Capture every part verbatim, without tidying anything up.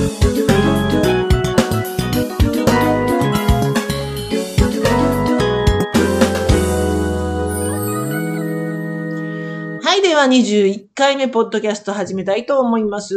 はい、ではにじゅういっかいめポッドキャスト始めたいと思います。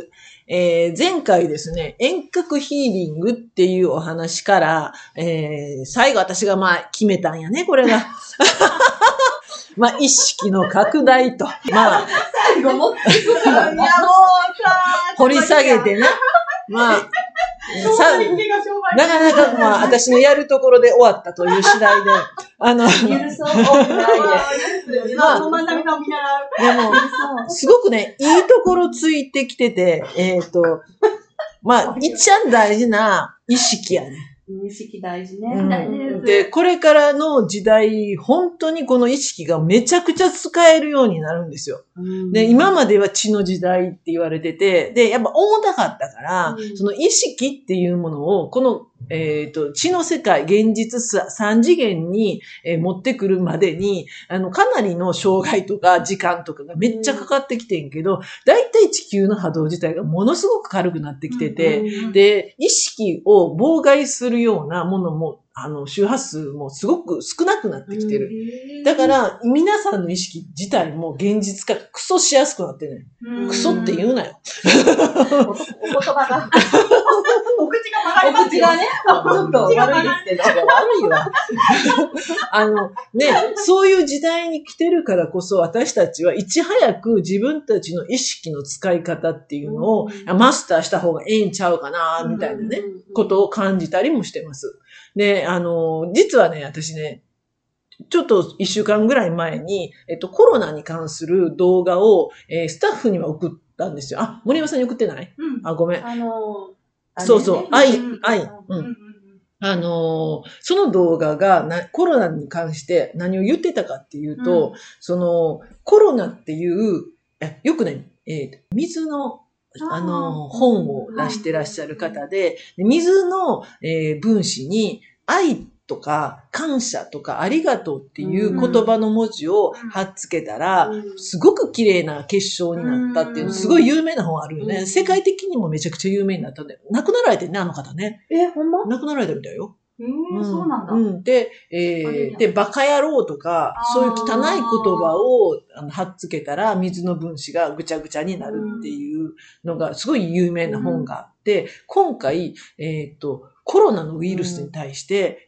えー、前回ですね、遠隔ヒーリングっていうお話から、えー、最後私がまあ決めたんやね、これが。まあ、意識の拡大と。まあ、 最後持ってくる。いや、もうさ、 掘り下げてね。まあ、さなかなかまあ、私のやるところで終わったという次第で、あの、 許そう、多くないで。まあ、もう真ん中を見習う。 でも、すごくね、いいところついてきてて、えっと、まあ、一番大事な意識やね。 意識大事ね。 うん、 大事です。 で、これからの時代、本当にこの意識がめちゃくちゃ使えるようになるんですよ。うん、で、今までは知の時代って言われてて、で、やっぱ重たかったから、うん、その意識っていうものを、この、えっと、知の世界、現実三次元に、えー、持ってくるまでに、あの、かなりの障害とか時間とかがめっちゃかかってきてんけど、だいたい地球の波動自体がものすごく軽くなってきてて、うん、で、意識を妨害するようなものも、あの、周波数もすごく少なくなってきてる。だから、皆さんの意識自体も現実化クソしやすくなってね。クソって言うなよ。 お言葉が。お口が曲がりますよ。お口がね、ちょっと悪いですけど。 悪いわ。あの、ね、そういう時代に来てるからこそ、私たちはいち早く自分たちの意識の使い方っていうのを、うん、マスターした方がええんちゃうかな、みたいなね、うん、ことを感じたりもしてます。で、あの、実はね、私ね、ちょっと一週間ぐらい前に、えっと、コロナに関する動画を、えー、スタッフには送ったんですよ。あ、森山さんに送ってない？うん、あ、ごめん。 あのー、そうそう、愛、愛、うん。あのー、その動画がなコロナに関して何を言ってたかっていうと、うん、その、コロナっていう、よくね、えー、水の、あのー、本を出してらっしゃる方で、水の、えー、分子に愛とか感謝とかありがとうっていう言葉の文字を貼っつけたら、すごく綺麗な結晶になったっていう、すごい有名な本あるよね。世界的にもめちゃくちゃ有名になったんで、亡くなられてね、あの方ね。 え、ほんま？ 亡くなられたみたいよ。 えー、うん、そうなんだ。 うん。で、えー、で、バカ野郎とか、そういう汚い言葉をあの貼っつけたら、水の分子がぐちゃぐちゃになるっていうのが、すごい有名な本があって、今回、えっと、コロナのウイルスに対して、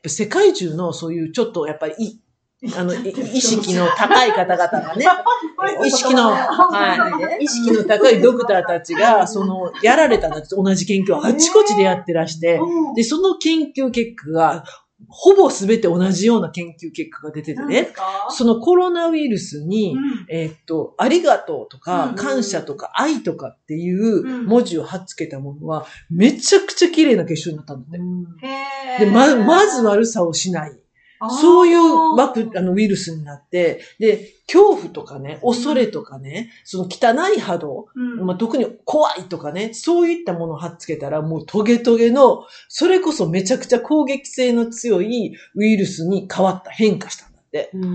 うん、世界中のそういうちょっとやっぱりあの、意識の高い方々がね、意識の、はい、意識の高いドクターたちが、その、やられたんだって同じ研究をあちこちでやってらして、で、その研究結果が、ほぼすべて同じような研究結果が出ててね、そのコロナウイルスに、うん、えー、っと、ありがとうとか、感謝とか、愛とかっていう文字を貼っつけたものは、めちゃくちゃ綺麗な結晶になったんだって。うん、で、ま、まず悪さをしない。そういうワク、あの、ウイルスになって、で、恐怖とかね、恐れとかね、うん、その汚い波動、うん、まあ、特に怖いとかね、そういったものを貼っつけたら、もうトゲトゲの、それこそめちゃくちゃ攻撃性の強いウイルスに変わった、変化したんだって。うん、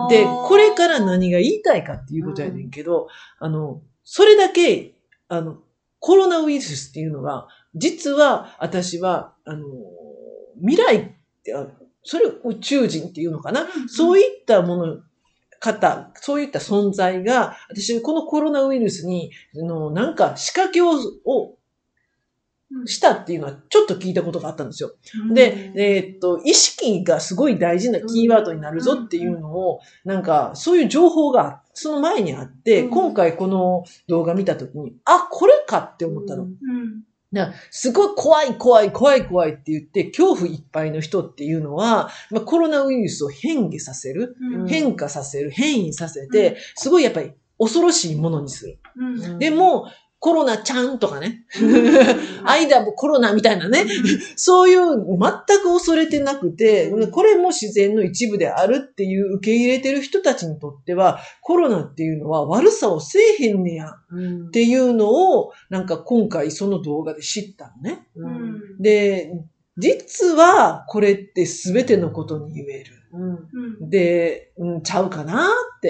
で、これから何が言いたいかっていうことやねんけど、うん、あの、それだけ、あの、コロナウイルスっていうのが、実は私は、あの、未来って、それを宇宙人っていうのかな、うんうん、そういったもの、方、そういった存在が、私、このコロナウイルスに、のなんか仕掛けを、をしたっていうのはちょっと聞いたことがあったんですよ。うん、で、えー、っと、意識がすごい大事なキーワードになるぞっていうのを、なんか、そういう情報がその前にあって、うん、今回この動画見たときに、あ、これかって思ったの。うんうんだすごい怖い怖い怖い怖いって言って恐怖いっぱいの人っていうのは、まあ、コロナウイルスを変化させる、うん、変化させる、変異させて、すごいやっぱり恐ろしいものにする。うん、でも、コロナちゃんとかね、間もコロナみたいなね、そういう全く恐れてなくて、これも自然の一部であるっていう受け入れてる人たちにとっては、コロナっていうのは悪さをせえへんねやっていうのを、なんか今回その動画で知ったのね。うん、で、実はこれって全てのことに言える。うん、で、うん、ちゃうかなって。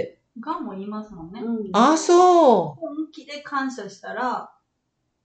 がんも言いますもんね。 うん、あ、そう。 本気で感謝したら、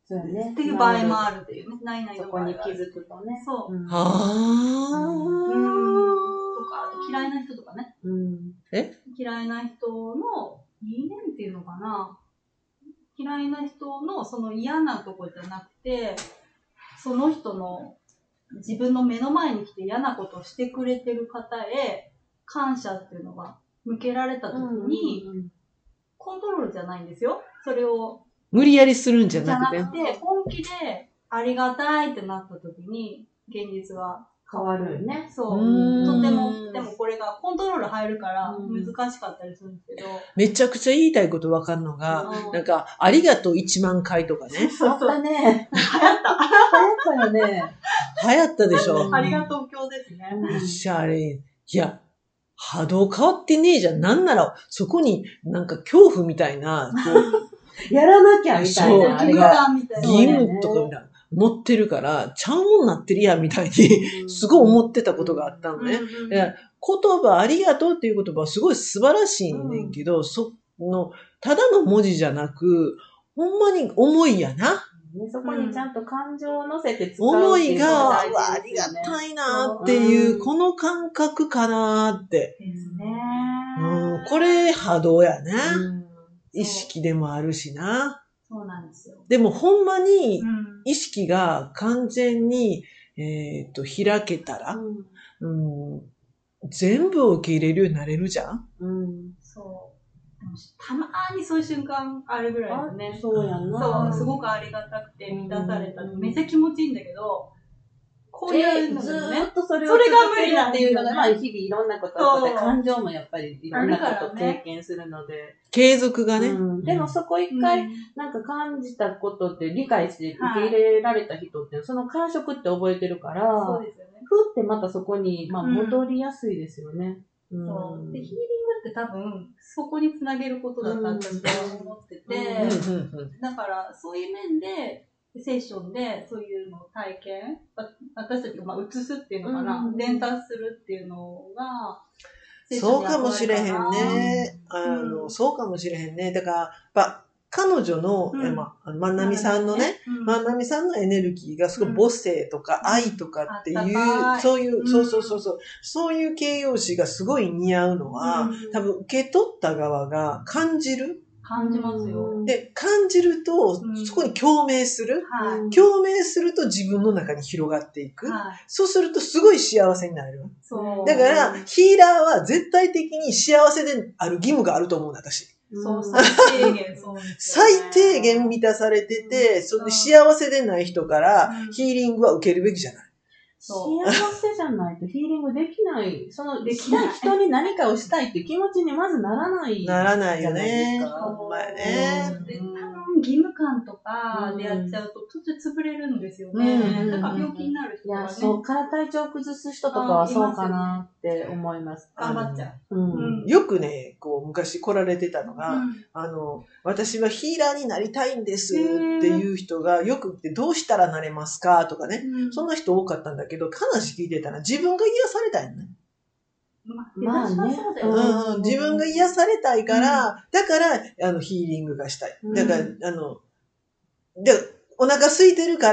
そうね。 っていう場合もあるっていうね。ないないそこに気づくとね。 そう。 うん、 はうん。とか、あと嫌いな人とかね。 うん。 え嫌いな人の、いいねっていうのかな。嫌いな人のその嫌なとこじゃなくて、その人の自分の目の前に来て嫌なことをしてくれてる方へ感謝っていうのが向けられた時に、 うんうんうん、 コントロールじゃないんですよ。それを。 無理やりするんじゃなくて。 じゃなくて、本気でありがたいってなった時に、現実は変わるよね。 そう。 うとても、でもこれがコントロール入るから難しかったりするんですけど。 めちゃくちゃ言いたいことわかるのが、うん、なんか、ありがとういちまんかいとかね。 あったね。流行った。流行ったよね。 流行ったでしょ。 ありがとう今日ですね。 よっしゃ、あれ。いや、波動変わってねえじゃん。なんなら、そこになんか恐怖みたいな、こうやらなきゃみたいな。 義務感みたいな。 義務とかみたいな。乗ってるから、ちゃうもんなってるやんみたいに、すごい思ってたことがあったのね。うんうん、言葉、ありがとうっていう言葉はすごい素晴らしいねんけど、うん、その、ただの文字じゃなく、ほんまに思いやな。 そこにちゃんと感情を乗せて使う思いが、うわ、ありがたいなっていう、この感覚かなって。 ですね。 うん、これ波動やね、うん。意識でもあるしな。 そうなんですよ。 でもほんまに意識が完全に、えっと、開けたら、うんうん、全部を受け入れるようになれるじゃん。 うん、そう。たまーにそういう瞬間あるぐらいですね。 そうやんな。 そう、すごくありがたくて満たされた。めっちゃ気持ちいいんだけど、こういうのね、 ずーっとそれを続けるっていうのが、まあ日々いろんなことがあって、感情もやっぱりいろんなことを経験するので。 継続がね。 うん、でもそこ一回なんか感じたことって理解して受け入れられた人って、その感触って覚えてるから、 そうですよね。 ふってまたそこに、まあ、戻りやすいですよね。 うん、そうで。ヒーリングって多分そこにつなげることだったと思ってて、だからそういう面で、セッションでそういうのを体験、私たちがまあ移すっていうのかな、うん、伝達するっていうのが、 そうかもしれへんね。あの、うん、そうかもしれへんね。だから、ま、彼女の、うん、ま、万波さんのね、万波さんのエネルギーがすごい母性とか愛とかっていう、うん、そういう、うん、そうそうそうそう、そういう形容詞がすごい似合うのは、うん、多分受け取った側が感じる。 感じますよ。 で、感じると、うん、そこに共鳴する、はい。共鳴すると自分の中に広がっていく。はい、そうするとすごい幸せになれる。そうだから、ヒーラーは絶対的に幸せである義務があると思うの、私。 そう、最低限そう、ね。 最低限満たされてて、うん、それで幸せでない人からヒーリングは受けるべきじゃない。 幸せじゃないとヒーリングできない。その、できない人に何かをしたいっていう気持ちにまずならない。 ならないよね。ほんまやね。 で、多分義務感とかでやっちゃうと途中潰れるんですよね。うん、だから病気になる人がね。いや、そう、 から体調崩す人とかはそうかなって思います。 頑張っちゃう。 うん、よくね、こう、昔来られてたのが、うん、あの、私はヒーラーになりたいんですっていう人がよくってどうしたらなれますかとかね、うん、そんな人多かったんだけど、話聞いてたら自分が癒されたいのね。 まあね、 うん、自分が癒されたいから、うん、だから、あの、ヒーリングがしたい。だから、うん、あの、で、お腹空いてるから、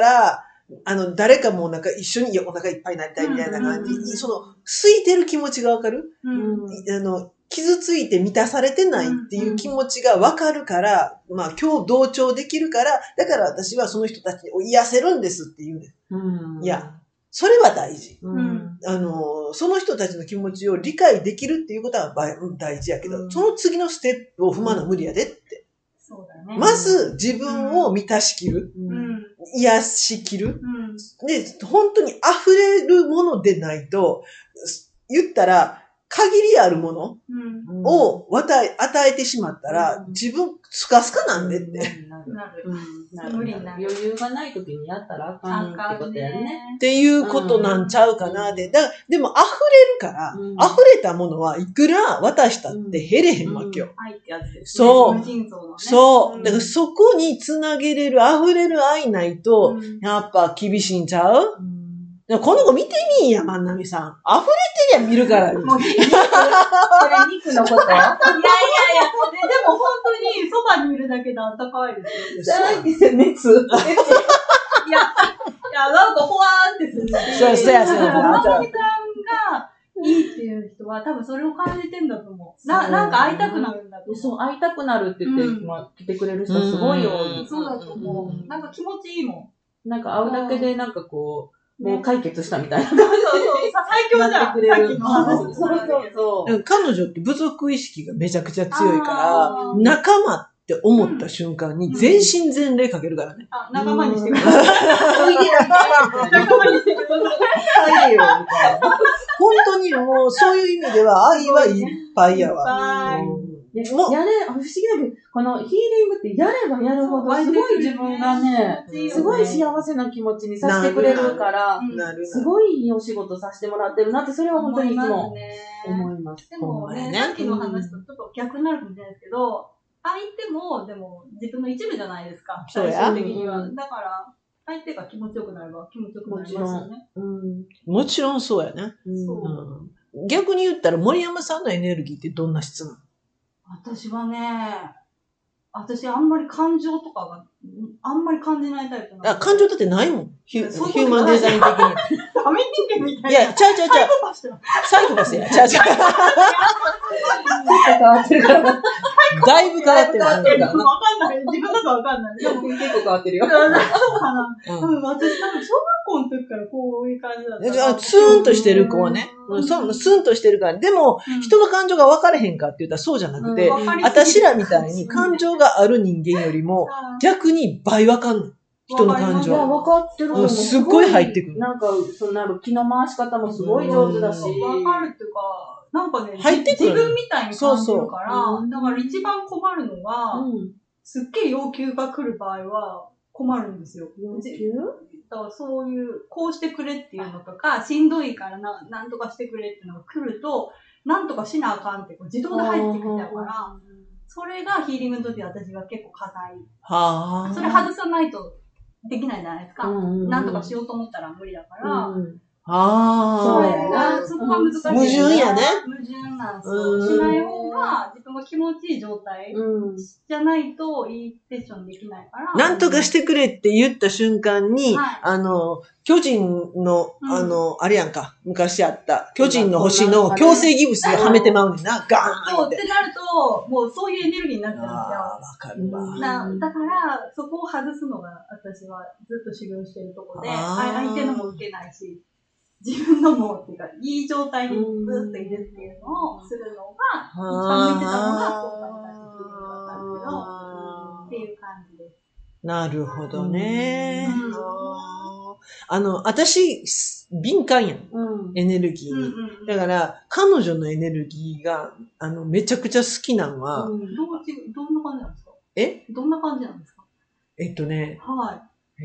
あの、誰かもお腹、一緒にお腹いっぱいになりたいみたいな感じ、うん、その、空いてる気持ちがわかる、うん、あの、傷ついて満たされてないっていう気持ちがわかるから、うん、まあ、今日同調できるから、だから私はその人たちを癒せるんですって言うんです。うん、いや、それは大事、うん。あの、その人たちの気持ちを理解できるっていうことは大事やけど、うん、その次のステップを踏まな無理やでって。 そうだね。 まず自分を満たしきる。うん、癒しきる、うん。で、本当に溢れるものでないと、言ったら、限りあるものを与え、与えてしまったら、自分スカスカなんでって。 なる。無理になる。 余裕がない時にやったらあかんってことやね。 っていうことなんちゃうかなで。だでも溢れるから、うん、溢れたものはいくら渡したって減れへんわけよ。 愛ってやつです。 そう。そう。だからそこにつなげれる、溢れる愛ないと、やっぱ厳しいんちゃう？ でもこの子見てみーや、万波さん。溢れてりゃ見るから。 もう、それ肉のこといやいやいや、でも本当にそばにいるだけであったかいですよ。 じゃないですよ、熱。 いや、いや、なんかほわーってする。 そうそうやそうや。 万波さんがいいっていう人は多分それを感じてんだと思う。な、なんか会いたくなるんだと思う。 そう、会いたくなるって言って、 うんまあ、来てくれる人すごいよ。 そうだと思う。なんか気持ちいいもん。 なんか会うだけでなんかこう、もう解決したみたいな感じで。そうそう、最強じゃん。さっきの話。 そうそうそう。 彼女って部族意識がめちゃくちゃ強いから、仲間って思った瞬間に全身全霊かけるからね。 あ、仲間にしてください。仲間にしてください。 本当にもうそういう意味では愛はいっぱいやわ。 やれ、不思議だけど、このヒーリングってやればやるほど、すごい自分がね、すごい幸せな気持ちにさせてくれるから、すごいいいお仕事させてもらってるなって、それは本当にいつも思います。 でもね、さっきの話とちょっと逆になるかもしれないですけど、相手も、でも自分の一部じゃないですか、最終的には。だから、相手が気持ちよくなれば気持ちよくなりますよね。 もちろんそうやね。逆に言ったら森山さんのエネルギーってどんな質なの？ 私はね、私あんまり感情とかが、あんまり感じないタイプなの。 あ、感情だってないもん。ヒューマンデザイン的に。 ダメ人間みたいな。 いや、ちゃうちゃうちゃう。サイコパスや。ちゃうちゃう。ちょっと変わってるから。だいぶ変わってる。わかんない。自分だとわかんない。でも結構変わってるよ。 そうかな。うん、私多分小学校の時からこういう感じだった。 ツーンとしてる子はね。そう、スーンとしてるから。でも、人の感情が分かれへんかって言ったらそうじゃなくて、私らみたいに感情がある人間よりも、逆に倍分かんない。人の感情。 いや、分かってる。 すっごい入ってくる。 なんか、その気の回し方もすごい上手だし。 分かるっていうか、なんかね、 入ってくる自分みたいに感じるから、だから一番困るのが、すっげえ要求が来る場合は困るんですよ。 要求？ だからそういう、こうしてくれっていうのとか、しんどいからな、なんとかしてくれっていうのが来ると、なんとかしなあかんってこう自動で入ってきちゃうから、それがヒーリングの時私は結構課題。 はあ。 それ外さないとできないじゃないですか。なんとかしようと思ったら無理だから。 ああ。 それが、そこが難しい。 矛盾やね。 矛盾なんですよ。しない方が自分が気持ちいい状態じゃないといいセッションできないから。 なんとかしてくれって言った瞬間に、はい、あの、巨人の、うん、あの、あれやんか、昔あった、巨人の星の強制ギブスはめてまうねんな、ガーンそうってなると、もうそういうエネルギーになっちゃうんですよ。 ああ、わかるわ。 なだから、そこを外すのが私はずっと修行してるところで、相手のも受けないし、自分のもっていうか、いい状態にずっといるっていうのをするのが、一番向いてたのが効果になってくるんだったんですけど、っていう感じです。 なるほどね。うん、あの、私、敏感やん。うん、エネルギーに、うんうんうん。だから、彼女のエネルギーが、あの、めちゃくちゃ好きなのは、 うん、どうどんな感じなんですか？ えどんな感じなんですか？ えっとね、 はい。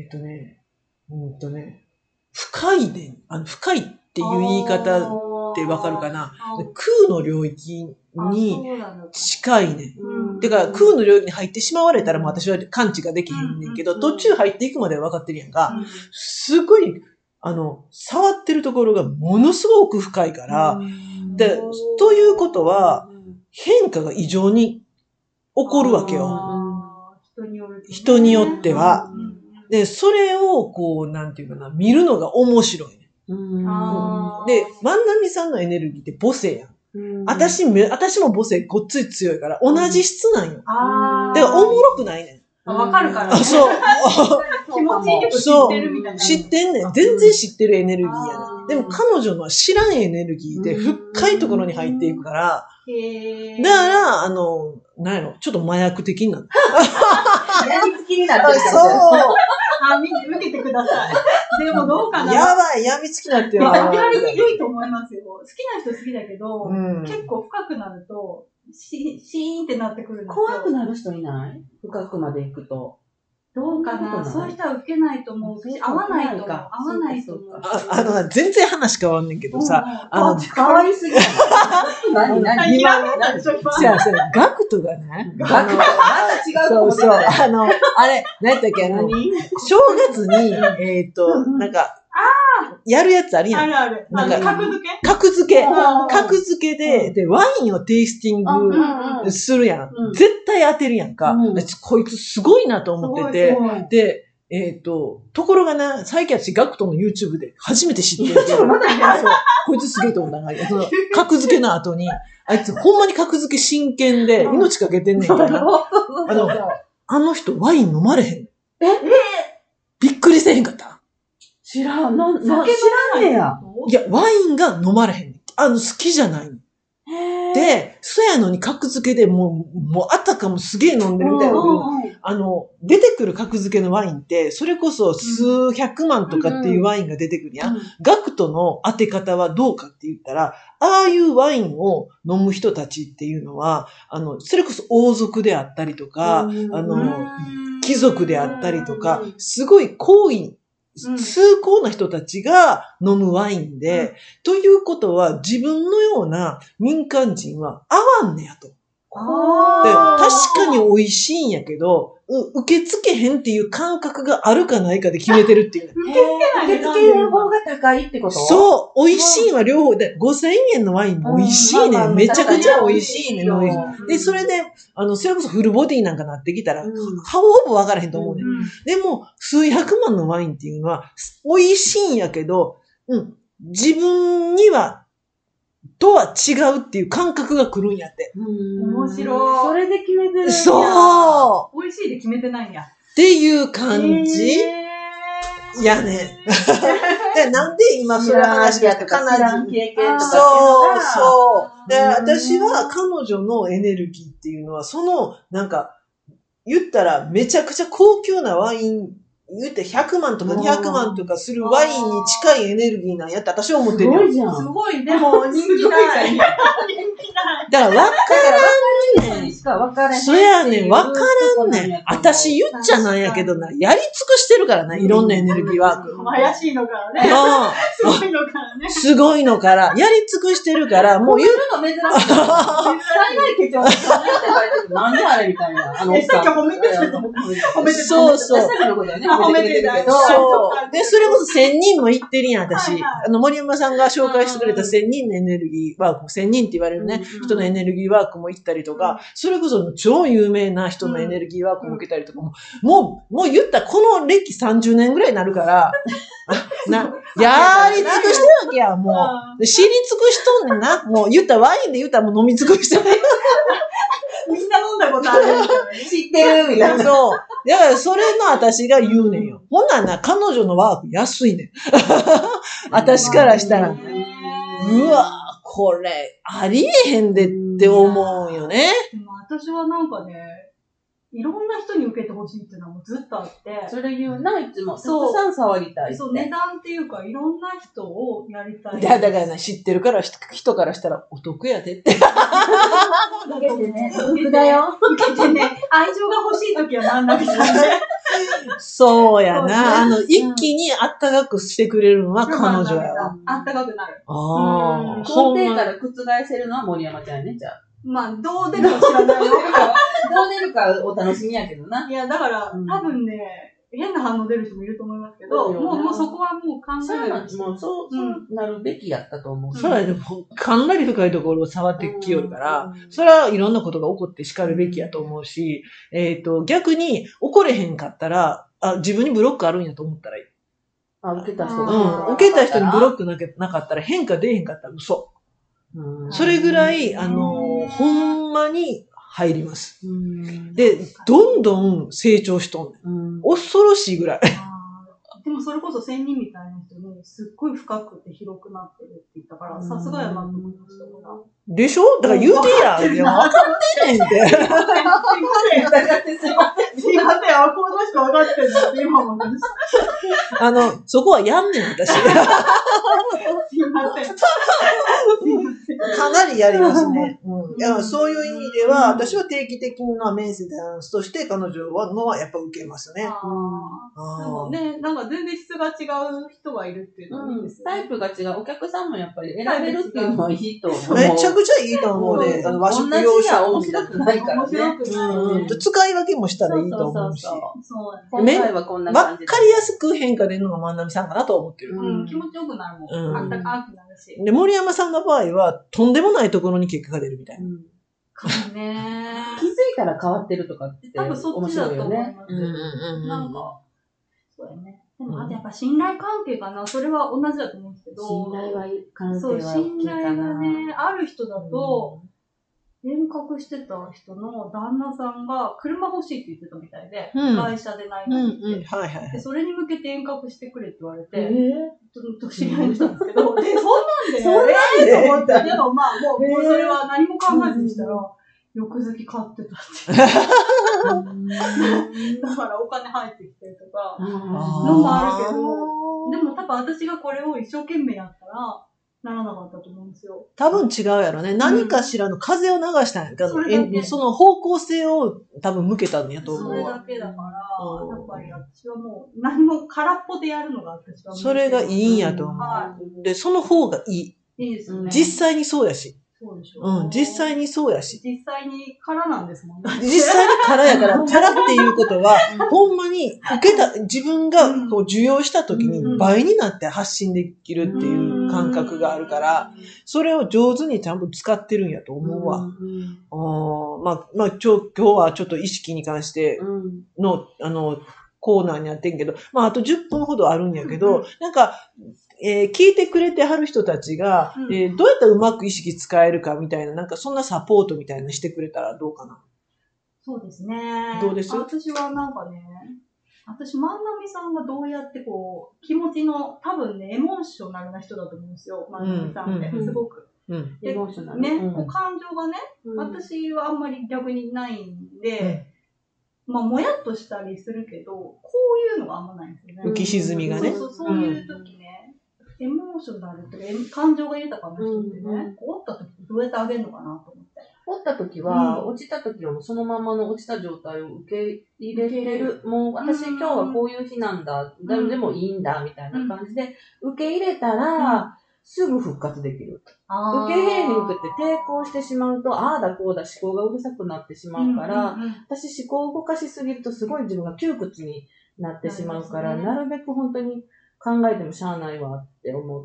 えっとね、うんとね、深いで、あの、深いっていう言い方ってわかるかな？空の領域に近いね。てか、空の領域に入ってしまわれたらもう私は感知ができへんねんけど、途中入っていくまでは分かってるやんか。すごい、あの、触ってるところがものすごく深いから、で、ということは、変化が異常に起こるわけよ。人によっては。で、それを、こう、なんていうかな、見るのが面白いね。うんで、万波さんのエネルギーって母性やん。うん私め、私も母性ごっつい強いから、同じ質なんよ。あだから、おもろくないねん。わかるから、ね。 あ、そう。 気持ちいいけど知ってるみたいな。 知ってんねん。全然知ってるエネルギーやねん。でも、彼女のは知らんエネルギーで、深いところに入っていくから、へだから、あの、なんやろ、ちょっと麻薬的になる。 やみつきになってる。 そう。 あ、見て、受けてください。でもどうかな。 やばい、やみつきなってる。 わかりにくいと思いますよ。好きな人好きだけど、うん、結構深くなると、シ, シーンってなってくるんですよ。 怖くなる人いない深くまで行くと。 どうかなそういう人は受けないと思うし、合わないと思う。合わないと思う。 あ、あの、全然話変わんねんけどさ、 あの、変わりすぎない。何何今、何そうそう、ガクトがね、 ガクト、また違うそうそう、あの、あれ、何やったっけ、何正月に、えっと、なんか、 やるやつあるやん。 あるある。なんか、格付け格付け。格付けで、で、ワインをテイスティングするやん。絶対当てるやんか。こいつすごいなと思ってて。で、えっと、ところがな、最近私ガクトの YouTube で初めて知ってるけど、そうこいつすげえと思ったな。その格付けの後に、あいつほんまに格付け真剣で命かけてんねんから。あの、あの人ワイン飲まれへん。 ええびっくりせへんかった？ 知らん、な、な、知らんねや。 いや、ワインが飲まれへん。あの、好きじゃないの。で、そやのに格付けでもう、もうあたかもすげえ飲んでるみたいな。あの、出てくる格付けのワインって、それこそ数百万とかっていうワインが出てくるやん。うん、ガクトの当て方はどうかって言ったら、ああいうワインを飲む人たちっていうのは、あの、それこそ王族であったりとか、あの、貴族であったりとか、すごい高位、崇高な人たちが飲むワインで、うん、ということは自分のような民間人は合わんねやと。で確かに美味しいんやけど、う受け付けへんっていう感覚があるかないかで決めてるっていう。 受け付けない。受け付ける方が高いってこと？ そう、美味しいは両方で、ごせんえんのワインも美味しいね。うん、めちゃくちゃ美味しいね。うん、で、それで、あの、それこそフルボディなんかなってきたら、うん、ほぼ分からへんと思うね、うん。でも、数百万のワインっていうのは、美味しいんやけど、うん、自分には、とは違うっていう感覚が来るんやって。 面白い。 それで決めてるんや。 そう。 美味しいで決めてないんや。 っていう感じ、えー、やね。で、なんで今それ話があってかなり。経験とかそうそう。で、私は彼女のエネルギーっていうのは、その、なんか、言ったらめちゃくちゃ高級なワイン、言ってひゃくまんとかにひゃくまんとかするワインに近いエネルギーなんやって私は思ってるよ。 すごいじゃん。 すごい、でも人気ない。人気ない。 だから分からんねん。しか分からへん。 そやねん、分からんねん。私言っちゃなんやけどな、やり尽くしてるからな、いろんなエネルギーワーク。 怪しいのからね。すごいのからね。 すごいのから、やり尽くしてるから、もう言うの珍しい。最大結論って書いてる。なんであれみたいな。 あの、さっき褒めてた。褒めてた。 そうそう。 褒めてたけど。 そう。で、それこそ千人も言ってるやん、私。はいはい、あの、森山さんが紹介してくれた千人のエネルギーワーク、千人って言われるね、うん、人のエネルギーワークも行ったりとか、うん、それこそ超有名な人のエネルギーワークも受けたりとかも、うん、もう、もう言ったらこの歴さんじゅうねんぐらいになるから、な、やり尽くしてるわけや、もう。知り尽くしとんねんな。もう言ったらワインで言ったらもう飲み尽くしてる。 みんな飲んだことある。 知ってるみたいな。 そう。だからそれの私が言うねんよ。ほんなんな、彼女のワーク安いねん。私からしたら、うわこれ、ありえへんでって思うよね。 でも私はなんかね、いろんな人に受けてほしいっていうのはもうずっとあって。 それ言うな、いつも。たくさん触りたい。 そう、値段っていうか、いろんな人をやりたい。 だからな、知ってるから、人からしたらお得やでって。受けてね。得だよ。 受けてね。愛情が欲しいときは真ん中にね。 そうやな。あの、一気にあったかくしてくれるのは彼女やわ。 あったかくなる。 ああ。 根底から覆せるのは森山ちゃんね、じゃあ。 まあ、どう出るか知らないよ。 どう出るかお楽しみやけどな。 いや、だから、うん、多分ね、変な反応出る人もいると思いますけど、もう、もうそこはもう考えない。 もうそう、そうなるべきやったと思う。 そうやね。かなり深いところを触ってきよるから、うん、それはいろんなことが起こって叱るべきやと思うし、えっと、逆に起これへんかったら、あ、自分にブロックあるんやと思ったらいい。 あ、受けた人が。うん。受けた人にブロックなかったら変化出えへんかったら嘘。それぐらい、あの、ほんまに入ります。で、どんどん成長しとんねん。恐ろしいぐらい。 でもそれこそ仙人みたいな人にすっごい深くて広くなってるって言ったから、さすがやなと思いましたから。 でしょだから言うてや。いや、分かってんねんって。すいません。すいません。すいません。あ、この人分かってんだって今思いました。あの、そこはやんねん、私。すいません。すいません。 かなりやりますね。うん、いやそういう意味では、私は定期的なメンテナンスとして彼女はのはやっぱ受けますね。 ああ。でもね、なんか全然質が違う人がいるっていうのはいいですね、うん。タイプが違う。お客さんもやっぱり選べるっていうのはいいと思う。 めちゃくちゃいいと思うね。あの和食洋食。 面白くないからね。面白くない、 うん。使い分けもしたらいいと思うし。 そうそうそう。今回はこんな感じ。わかりやすく変化出るのが万波さんかなと思ってる。 うん。気持ちよくなるもん。うん、あったかくなるし。 で、森山さんの場合は、とんでもないところに結果が出るみたいな。うんかもね。 気づいたら変わってるとかって多分そっちだと思います。 うんうんうん、 なんか、そうやね。でも、あとやっぱ信頼関係かな。それは同じだと思うんですけど。 信頼は関係はそう、信頼がね、ある人だと、遠隔してた人の旦那さんが車欲しいって言ってたみたいで、うん、会社でないのにって、うんうんはいはい、で。それに向けて遠隔してくれって言われて、えー、ちょっと知り合いにしたんですけど、で、そんなんで、そんなんで、えー、と思って、でもまあもう、えー、もうそれは何も考えずにしたら、欲好き買ってたって。だからお金入ってきてとか、のもあるけど、でも多分私がこれを一生懸命やったら、ならなかったと思うんですよ。 多分違うやろね。うん、何かしらの風を流したんやから、そ, その方向性を多分向けたんやと思う。 それだけだから、うん、やっぱり私はもう何も空っぽでやるのが私はそれがいいんやと思う。はい、で、その方がいい。 いいですよね。 実際にそうやし。 そうでしょう。うん、実際にそうやし。 実際に空なんですもんね。 実際に空やから、空っていうことは、ほんまに受けた、自分がこう受容した時に倍になって発信できるっていう感覚があるから、それを上手にちゃんと使ってるんやと思うわ。あまあ、まあ、今日はちょっと意識に関しての、あの、コーナーになってんけど、まあ、あとじゅっぷんほどあるんやけど、なんか、えー、聞いてくれてはる人たちが、うんえー、どうやったらうまく意識使えるかみたいな、なんかそんなサポートみたいなしてくれたらどうかな。 そうですね。 どうです？ 私はなんかね、私、万波さんがどうやってこう、気持ちの、多分ね、エモーショナルな人だと思うんですよ、万波さんって、うん、すごく。 うん、エモーショナル。 ね、うん、感情がね、うん、私はあんまり逆にないんで、うん、まあ、もやっとしたりするけど、こういうのがあんまないんですよね。 浮き沈みがね。 そうそう、そういう時ね、エモーショナルっていうか、感情が豊かな人ってね、うん、折った時どうやってあげるのかなと思って。 折った時は、うん、落ちた時はもうそのままの落ちた状態を受け入れてる。もう私、うん、今日はこういう日なんだ、うん、でもいいんだ、みたいな感じで、受け入れたら、うん、すぐ復活できる。受けへんくって抵抗してしまうと、ああだこうだ思考がうるさくなってしまうから、うんうんうん、私思考を動かしすぎるとすごい自分が窮屈になってしまうから、なるべく本当に考えてもしゃあないわって思って、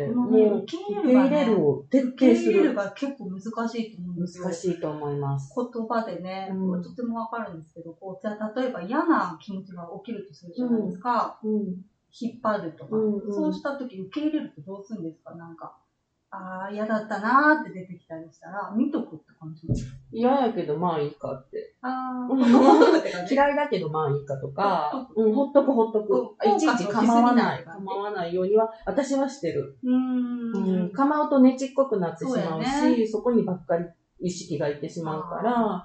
もう受け入れるを徹底する。受け入れるが結構難しいと思うんですよ。 難しいと思います。 言葉でね、うん、とてもわかるんですけど、こう、じゃあ例えば嫌な気持ちが起きるとするじゃないですか。うんうん、引っ張るとか、うんうん。そうした時受け入れるとどうするんですか？なんか。ああ、嫌だったなーって出てきたりしたら、見とくって感じです。 嫌やけどまあいいかって。 あ嫌いだけどまあいいかとか、うん、ほっとくほっとく。いちいち構わない。構わないようには、私はしてる。 うーん、 うん。構うとねちっこくなってしまうし、そ, う、ね、そこにばっかり意識がいってしまうから。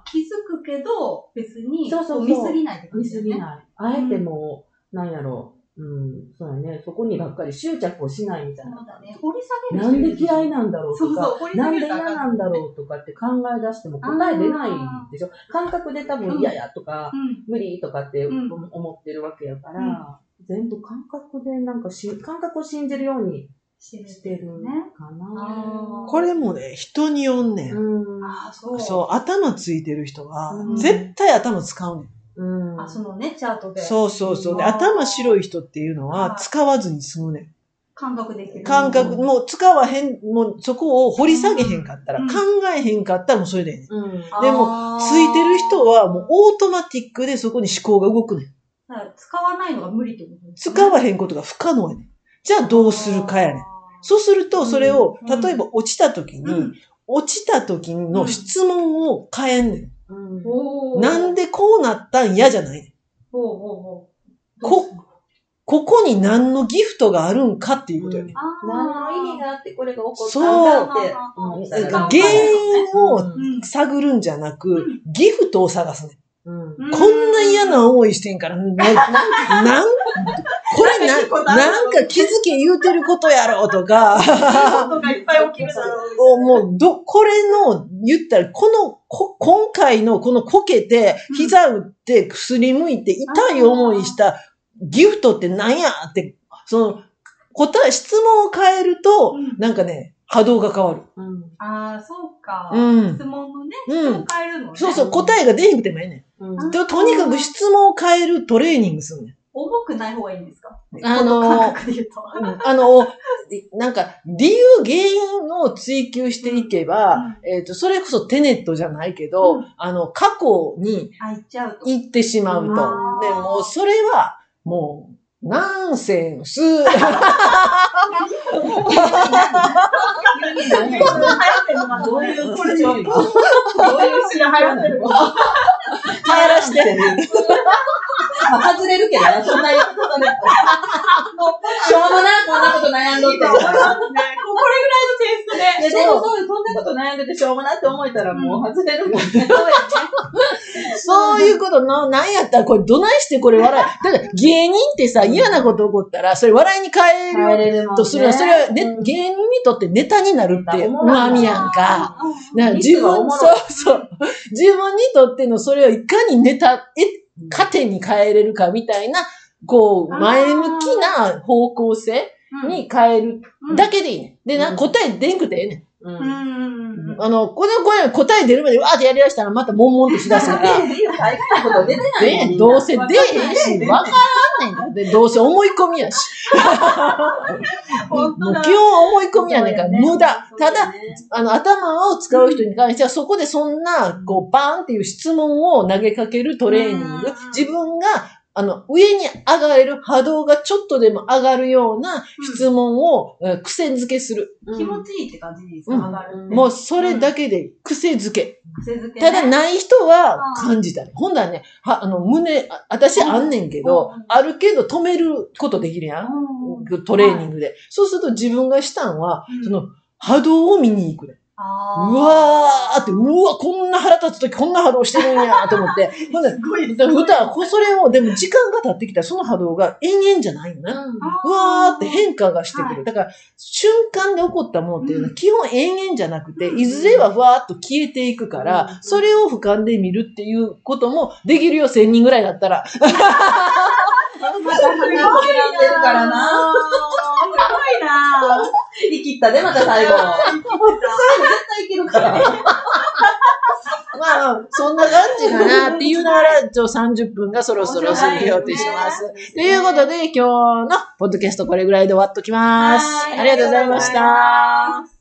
気づくけど、別にそうそうそう見すぎないって感じ、ね。 見すぎない。あえてもう、なんやろう。うん、そうやね。そこにばっかり執着をしないみたいな。 そうだね。掘り下げる。 なんで嫌いなんだろうとか、 そうそうなんで嫌なんだろうとかって考え出しても答え出ないでしょ。感覚で多分嫌やとか、うん、無理とかって思ってるわけやから、うん、全部感覚でなんかし、感覚を信じるようにしてるかな。 これもね、人によんねん。 うん、あそう。 そう、頭ついてる人は、うん、絶対頭使うねん。 うん、あ、そのね、チャートで。 そうそうそう。で、頭白い人っていうのは使わずに済むねん。 感覚できる。 感覚、もう使わへん、もうそこを掘り下げへんかったら、うん、考えへんかったらもうそれでいいねん。うん、でも、ついてる人はもうオートマティックでそこに思考が動くねん。 使わないのが無理ってことですね。使わへんことが不可能やねん。じゃあどうするかやねん。そうすると、それを、例えば落ちた時に、うん、落ちた時の質問を変えんねん。うん、なんでこうなったんやじゃないねん。 ほうほうほうこ、ここに何のギフトがあるんかっていうことよね。 うん、何の意味があってこれが起こったんだって思ったら。 原因を探るんじゃなく、うん、ギフトを探すね、うん。こんな嫌な思いしてんから、な、なん、 これな、なんか気づけ言うてることやろとか、 ことがいっぱい起きるだろう。 もう、ど、これの、言ったら、この、こ、今回のこのこけて、膝打って薬向いて痛い思いしたギフトって何やって、その、答え、質問を変えると、うん、なんかね、波動が変わる。 うん、ああ、そうか。 うん、 質問のね、質問を変えるのね。 そうそう、答えが出なくてもいいね、うん。と、とにかく質問を変えるトレーニングするね。 重くない方がいいんですか？ あのー、あの、なんか、理由、原因を追求していけば、うん、えっと、それこそテネットじゃないけど、うん、あの、過去に行ってしまうと。でも、それは、もう、ナンセンス。どういう、 これちょっと、どういう詩が流行ってるの？ 流行らしてる。 外れるけどな、そんな言い方ね。しょうもな、こんなこと悩んどって。これぐらいのテイストで。いや、でもそう、こんなこと悩んでてしょうもなって思えたらもう外れるもんね。 そういうことの、なんやったらこれどないしてこれ笑い。だから芸人ってさ、嫌なこと起こったら、それ笑いに変えるとするのは、それは、ね、芸人にとってネタになるって旨味やんか。自分、そうそう。自分にとってのそれをいかにネタ、え、糧に変えれるかみたいな、こう、前向きな方向性に変えるだけでいいね。でな、答え出んくてええねん。うん、あの、この、これ答え出るまでわーってやりだしたらまた悶々としだすから。 大概のこと出てないね、どうせ出へんし、わからんねんからで、どうせ思い込みやし。もう基本思い込みやねんから、無駄。ただ、あの、頭を使う人に関しては、そこでそんな、こう、バーンっていう質問を投げかけるトレーニング。自分が、あの、上に上がれる波動がちょっとでも上がるような質問を、うん、癖づけする。 気持ちいいって感じですか、うん、上がるって。 もうそれだけで癖づけ。 癖づけ、ね。 ただない人は感じたね。ほんだらね、は、あの、胸、私あんねんけど、うん、あるけど止めることできるやん。うん、トレーニングで。そうすると自分がしたんは、うん、その波動を見に行くね。うわーって、うわ、こんな腹立つときこんな波動してるんやと思って。ほんで、ふた、それを、でも時間が経ってきたらその波動が延々じゃないよね。うん、うわーって変化がしてくる。はい、だから、瞬間で起こったものっていうのは、基本延々じゃなくて、いずれはふわーっと消えていくから、それを俯瞰で見るっていうこともできるよ、せんにんぐらいだったら。 また鼻が膨らんでるからな。 すごいなぁ。 生きったで、また最後。最後絶対いけるから。 まあ、そんな感じかなって言うながら、ちょ、さんじゅっぷんがそろそろ過ぎようとします。ということで、今日のポッドキャストこれぐらいで終わっときます。ありがとうございました。